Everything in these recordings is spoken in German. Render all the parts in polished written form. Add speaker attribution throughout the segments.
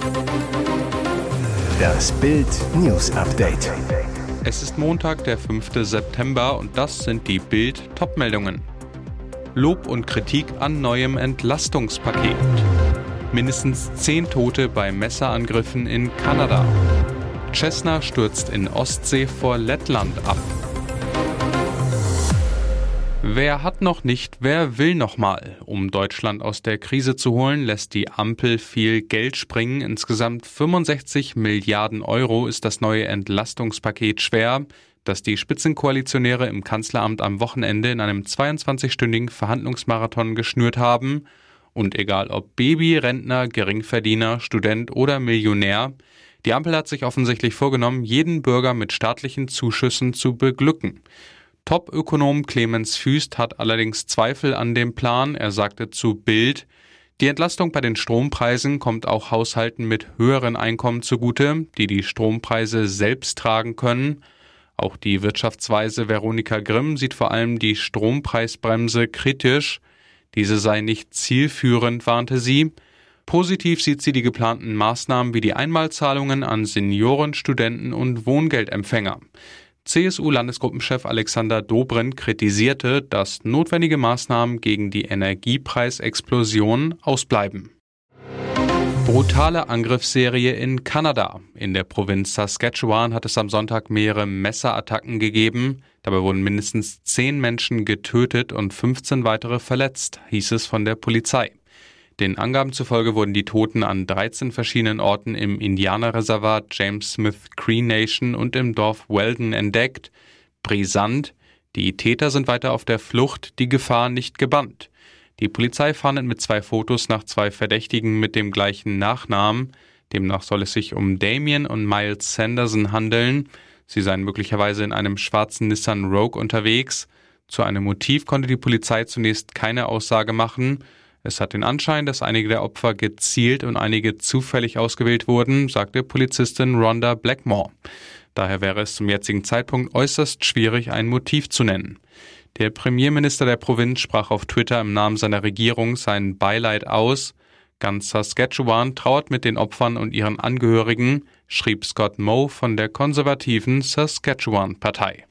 Speaker 1: Das Bild News Update.
Speaker 2: Es ist Montag, der 5. September und das sind die Bild-Top-Meldungen. Lob und Kritik an neuem Entlastungspaket. Mindestens 10 Tote bei Messerangriffen in Kanada. Cessna stürzt in Ostsee vor Lettland ab. Wer hat noch nicht, wer will noch mal? Um Deutschland aus der Krise zu holen, lässt die Ampel viel Geld springen. Insgesamt 65 Milliarden Euro ist das neue Entlastungspaket schwer, das die Spitzenkoalitionäre im Kanzleramt am Wochenende in einem 22-stündigen Verhandlungsmarathon geschnürt haben. Und egal ob Baby, Rentner, Geringverdiener, Student oder Millionär, die Ampel hat sich offensichtlich vorgenommen, jeden Bürger mit staatlichen Zuschüssen zu beglücken. Top-Ökonom Clemens Fuest hat allerdings Zweifel an dem Plan. Er sagte zu Bild, die Entlastung bei den Strompreisen kommt auch Haushalten mit höheren Einkommen zugute, die die Strompreise selbst tragen können. Auch die Wirtschaftsweise Veronika Grimm sieht vor allem die Strompreisbremse kritisch. Diese sei nicht zielführend, warnte sie. Positiv sieht sie die geplanten Maßnahmen wie die Einmalzahlungen an Senioren, Studenten und Wohngeldempfänger. CSU-Landesgruppenchef Alexander Dobrindt kritisierte, dass notwendige Maßnahmen gegen die Energiepreisexplosion ausbleiben. Brutale Angriffsserie in Kanada. In der Provinz Saskatchewan hat es am Sonntag mehrere Messerattacken gegeben. Dabei wurden mindestens 10 Menschen getötet und 15 weitere verletzt, hieß es von der Polizei. Den Angaben zufolge wurden die Toten an 13 verschiedenen Orten im Indianerreservat James Smith Cree Nation und im Dorf Weldon entdeckt. Brisant: Die Täter sind weiter auf der Flucht, die Gefahr nicht gebannt. Die Polizei fahndet mit 2 Fotos nach 2 Verdächtigen mit dem gleichen Nachnamen. Demnach soll es sich um Damien und Miles Sanderson handeln. Sie seien möglicherweise in einem schwarzen Nissan Rogue unterwegs. Zu einem Motiv konnte die Polizei zunächst keine Aussage machen. Es hat den Anschein, dass einige der Opfer gezielt und einige zufällig ausgewählt wurden, sagte Polizistin Rhonda Blackmore. Daher wäre es zum jetzigen Zeitpunkt äußerst schwierig, ein Motiv zu nennen. Der Premierminister der Provinz sprach auf Twitter im Namen seiner Regierung sein Beileid aus. Ganz Saskatchewan trauert mit den Opfern und ihren Angehörigen, schrieb Scott Moe von der konservativen Saskatchewan-Partei.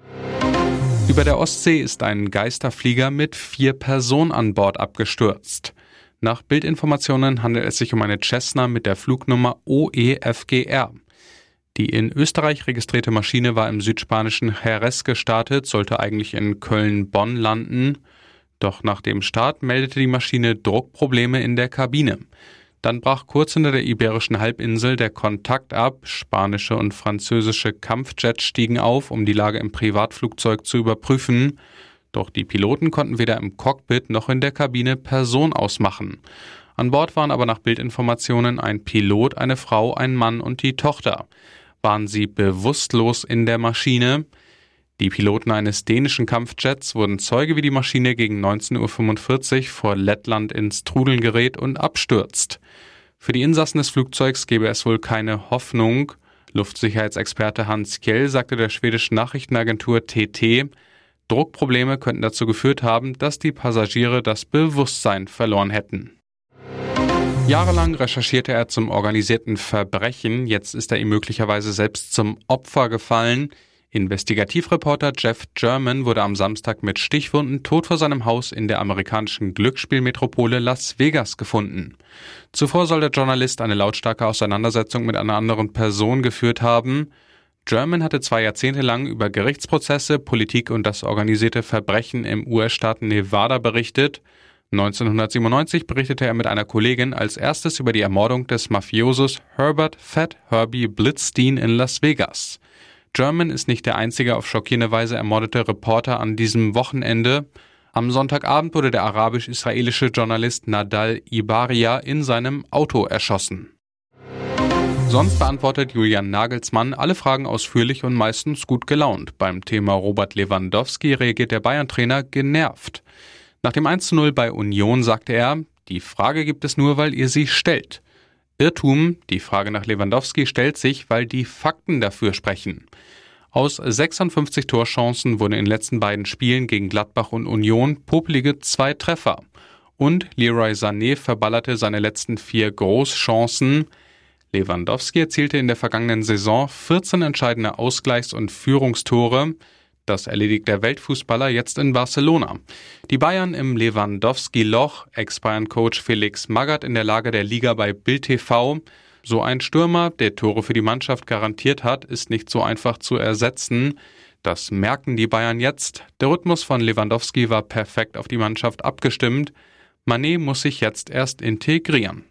Speaker 2: Über der Ostsee ist ein Geisterflieger mit 4 Personen an Bord abgestürzt. Nach Bildinformationen handelt es sich um eine Cessna mit der Flugnummer OEFGR. Die in Österreich registrierte Maschine war im südspanischen Jerez gestartet, sollte eigentlich in Köln-Bonn landen. Doch nach dem Start meldete die Maschine Druckprobleme in der Kabine. Dann brach kurz hinter der Iberischen Halbinsel der Kontakt ab. Spanische und französische Kampfjets stiegen auf, um die Lage im Privatflugzeug zu überprüfen. Doch die Piloten konnten weder im Cockpit noch in der Kabine Person ausmachen. An Bord waren aber nach Bildinformationen ein Pilot, eine Frau, ein Mann und die Tochter. Waren sie bewusstlos in der Maschine? Die Piloten eines dänischen Kampfjets wurden Zeuge, wie die Maschine gegen 19:45 Uhr vor Lettland ins Trudeln gerät und abstürzt. Für die Insassen des Flugzeugs gäbe es wohl keine Hoffnung. Luftsicherheitsexperte Hans Kjell sagte der schwedischen Nachrichtenagentur TT, Druckprobleme könnten dazu geführt haben, dass die Passagiere das Bewusstsein verloren hätten. Jahrelang recherchierte er zum organisierten Verbrechen, jetzt ist er ihm möglicherweise selbst zum Opfer gefallen. Investigativreporter Jeff German wurde am Samstag mit Stichwunden tot vor seinem Haus in der amerikanischen Glücksspielmetropole Las Vegas gefunden. Zuvor soll der Journalist eine lautstarke Auseinandersetzung mit einer anderen Person geführt haben. German hatte 2 Jahrzehnte lang über Gerichtsprozesse, Politik und das organisierte Verbrechen im US-Staat Nevada berichtet. 1997 berichtete er mit einer Kollegin als erstes über die Ermordung des Mafiosos Herbert Fat Herbie Blitzstein in Las Vegas. German ist nicht der einzige auf schockierende Weise ermordete Reporter an diesem Wochenende. Am Sonntagabend wurde der arabisch-israelische Journalist Nadal Ibaria in seinem Auto erschossen. Sonst beantwortet Julian Nagelsmann alle Fragen ausführlich und meistens gut gelaunt. Beim Thema Robert Lewandowski reagiert der Bayern-Trainer genervt. Nach dem 1:0 bei Union sagte er, die Frage gibt es nur, weil ihr sie stellt. Irrtum, die Frage nach Lewandowski stellt sich, weil die Fakten dafür sprechen. Aus 56 Torchancen wurden in den letzten beiden Spielen gegen Gladbach und Union popelige 2 Treffer. Und Leroy Sané verballerte seine letzten 4 Großchancen. Lewandowski erzielte in der vergangenen Saison 14 entscheidende Ausgleichs- und Führungstore. Das erledigt der Weltfußballer jetzt in Barcelona. Die Bayern im Lewandowski-Loch, Ex-Bayern-Coach Felix Magath in der Lage der Liga bei Bild TV. So ein Stürmer, der Tore für die Mannschaft garantiert hat, ist nicht so einfach zu ersetzen. Das merken die Bayern jetzt. Der Rhythmus von Lewandowski war perfekt auf die Mannschaft abgestimmt. Mané muss sich jetzt erst integrieren.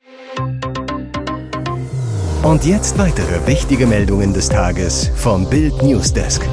Speaker 1: Und jetzt weitere wichtige Meldungen des Tages vom Bild Newsdesk.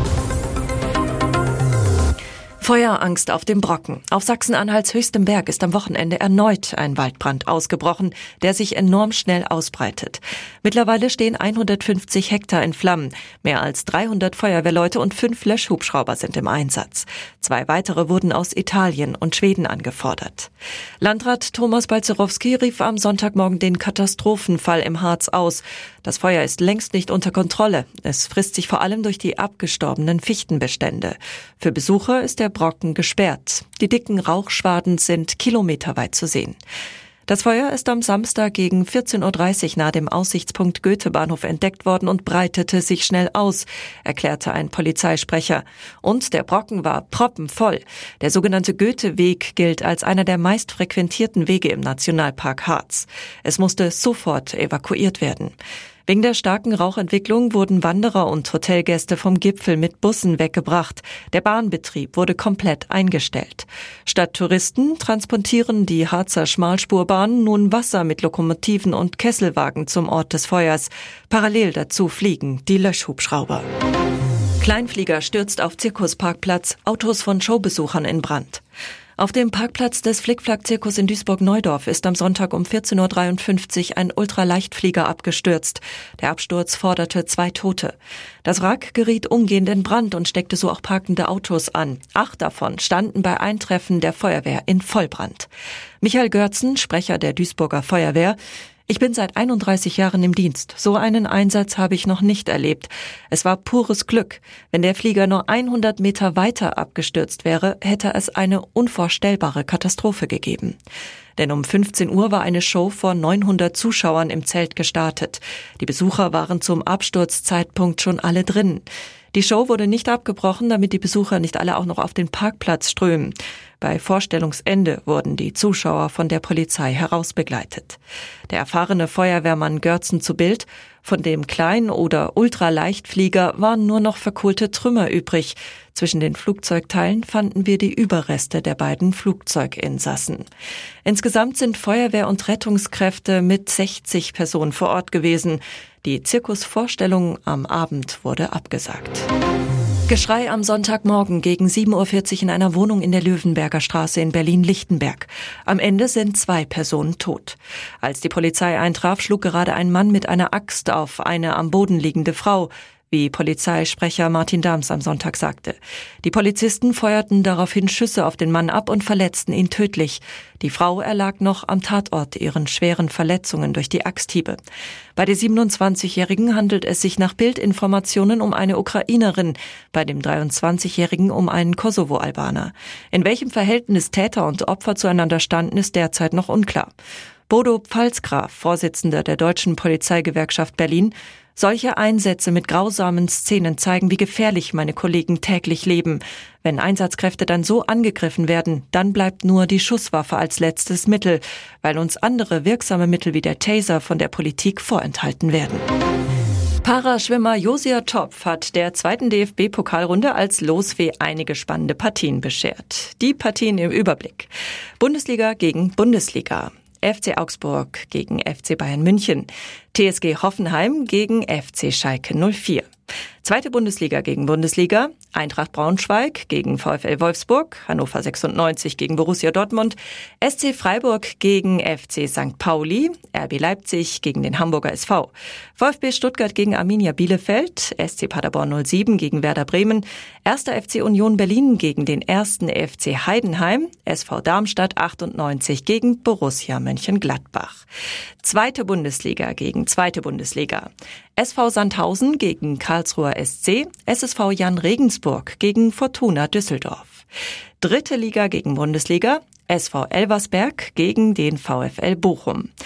Speaker 3: Feuerangst auf dem Brocken. Auf Sachsen-Anhalts höchstem Berg ist am Wochenende erneut ein Waldbrand ausgebrochen, der sich enorm schnell ausbreitet. Mittlerweile stehen 150 Hektar in Flammen. Mehr als 300 Feuerwehrleute und 5 Löschhubschrauber sind im Einsatz. 2 weitere wurden aus Italien und Schweden angefordert. Landrat Thomas Balcerowski rief am Sonntagmorgen den Katastrophenfall im Harz aus. Das Feuer ist längst nicht unter Kontrolle. Es frisst sich vor allem durch die abgestorbenen Fichtenbestände. Für Besucher ist der Brocken gesperrt. Die dicken Rauchschwaden sind kilometerweit zu sehen. Das Feuer ist am Samstag gegen 14.30 Uhr nahe dem Aussichtspunkt Goethebahnhof entdeckt worden und breitete sich schnell aus, erklärte ein Polizeisprecher. Und der Brocken war proppenvoll. Der sogenannte Goetheweg gilt als einer der meist frequentierten Wege im Nationalpark Harz. Es musste sofort evakuiert werden. Wegen der starken Rauchentwicklung wurden Wanderer und Hotelgäste vom Gipfel mit Bussen weggebracht. Der Bahnbetrieb wurde komplett eingestellt. Statt Touristen transportieren die Harzer Schmalspurbahnen nun Wasser mit Lokomotiven und Kesselwagen zum Ort des Feuers. Parallel dazu fliegen die Löschhubschrauber. Kleinflieger stürzt auf Zirkusparkplatz, Autos von Showbesuchern in Brand. Auf dem Parkplatz des Flickflack-Zirkus in Duisburg-Neudorf ist am Sonntag um 14.53 Uhr ein Ultraleichtflieger abgestürzt. Der Absturz forderte 2 Tote. Das Wrack geriet umgehend in Brand und steckte so auch parkende Autos an. 8 davon standen bei Eintreffen der Feuerwehr in Vollbrand. Michael Görzen, Sprecher der Duisburger Feuerwehr: Ich bin seit 31 Jahren im Dienst. So einen Einsatz habe ich noch nicht erlebt. Es war pures Glück. Wenn der Flieger nur 100 Meter weiter abgestürzt wäre, hätte es eine unvorstellbare Katastrophe gegeben. Denn um 15 Uhr war eine Show vor 900 Zuschauern im Zelt gestartet. Die Besucher waren zum Absturzzeitpunkt schon alle drin. Die Show wurde nicht abgebrochen, damit die Besucher nicht alle auch noch auf den Parkplatz strömen. Bei Vorstellungsende wurden die Zuschauer von der Polizei herausbegleitet. Der erfahrene Feuerwehrmann Görzen zu Bild: Von dem Klein- oder Ultraleichtflieger waren nur noch verkohlte Trümmer übrig. Zwischen den Flugzeugteilen fanden wir die Überreste der beiden Flugzeuginsassen. Insgesamt sind Feuerwehr und Rettungskräfte mit 60 Personen vor Ort gewesen. Die Zirkusvorstellung am Abend wurde abgesagt. Geschrei am Sonntagmorgen gegen 7.40 Uhr in einer Wohnung in der Löwenberger Straße in Berlin-Lichtenberg. Am Ende sind 2 Personen tot. Als die Polizei eintraf, schlug gerade ein Mann mit einer Axt auf eine am Boden liegende Frau, wie Polizeisprecher Martin Dahms am Sonntag sagte. Die Polizisten feuerten daraufhin Schüsse auf den Mann ab und verletzten ihn tödlich. Die Frau erlag noch am Tatort ihren schweren Verletzungen durch die Axthiebe. Bei der 27-Jährigen handelt es sich nach Bildinformationen um eine Ukrainerin, bei dem 23-Jährigen um einen Kosovo-Albaner. In welchem Verhältnis Täter und Opfer zueinander standen, ist derzeit noch unklar. Bodo Pfalzgraf, Vorsitzender der Deutschen Polizeigewerkschaft Berlin: Solche Einsätze mit grausamen Szenen zeigen, wie gefährlich meine Kollegen täglich leben. Wenn Einsatzkräfte dann so angegriffen werden, dann bleibt nur die Schusswaffe als letztes Mittel, weil uns andere wirksame Mittel wie der Taser von der Politik vorenthalten werden. Paraschwimmer Josia Topf hat der 2. DFB-Pokalrunde als Losfee einige spannende Partien beschert. Die Partien im Überblick: Bundesliga gegen Bundesliga, FC Augsburg gegen FC Bayern München, TSG Hoffenheim gegen FC Schalke 04. 2. Bundesliga gegen Bundesliga, Eintracht Braunschweig gegen VfL Wolfsburg, Hannover 96 gegen Borussia Dortmund, SC Freiburg gegen FC St. Pauli, RB Leipzig gegen den Hamburger SV, VfB Stuttgart gegen Arminia Bielefeld, SC Paderborn 07 gegen Werder Bremen, 1. FC Union Berlin gegen den 1. FC Heidenheim, SV Darmstadt 98 gegen Borussia Mönchengladbach. 2. Bundesliga gegen 2. Bundesliga, SV Sandhausen gegen Karlsruher SC, SSV Jan Regensburg gegen Fortuna Düsseldorf. 3. Liga gegen Bundesliga, SV Elversberg gegen den VfL Bochum.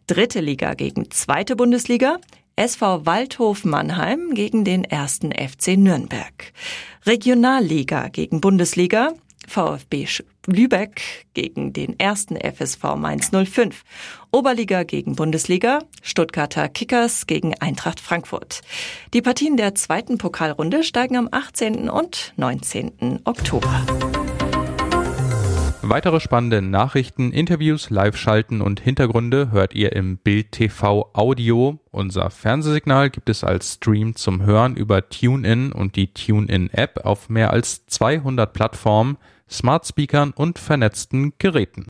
Speaker 3: Dritte Liga gegen Zweite Bundesliga. SV Waldhof Mannheim gegen den 1. FC Nürnberg. Regionalliga gegen Bundesliga. VfB Lübeck gegen den 1. FSV Mainz 05. Oberliga gegen Bundesliga. Stuttgarter Kickers gegen Eintracht Frankfurt. Die Partien der zweiten Pokalrunde steigen am 18. und 19. Oktober.
Speaker 2: Weitere spannende Nachrichten, Interviews, Live-Schalten und Hintergründe hört ihr im Bild TV Audio. Unser Fernsehsignal gibt es als Stream zum Hören über TuneIn und die TuneIn-App auf mehr als 200 Plattformen, Smart Speakern und vernetzten Geräten.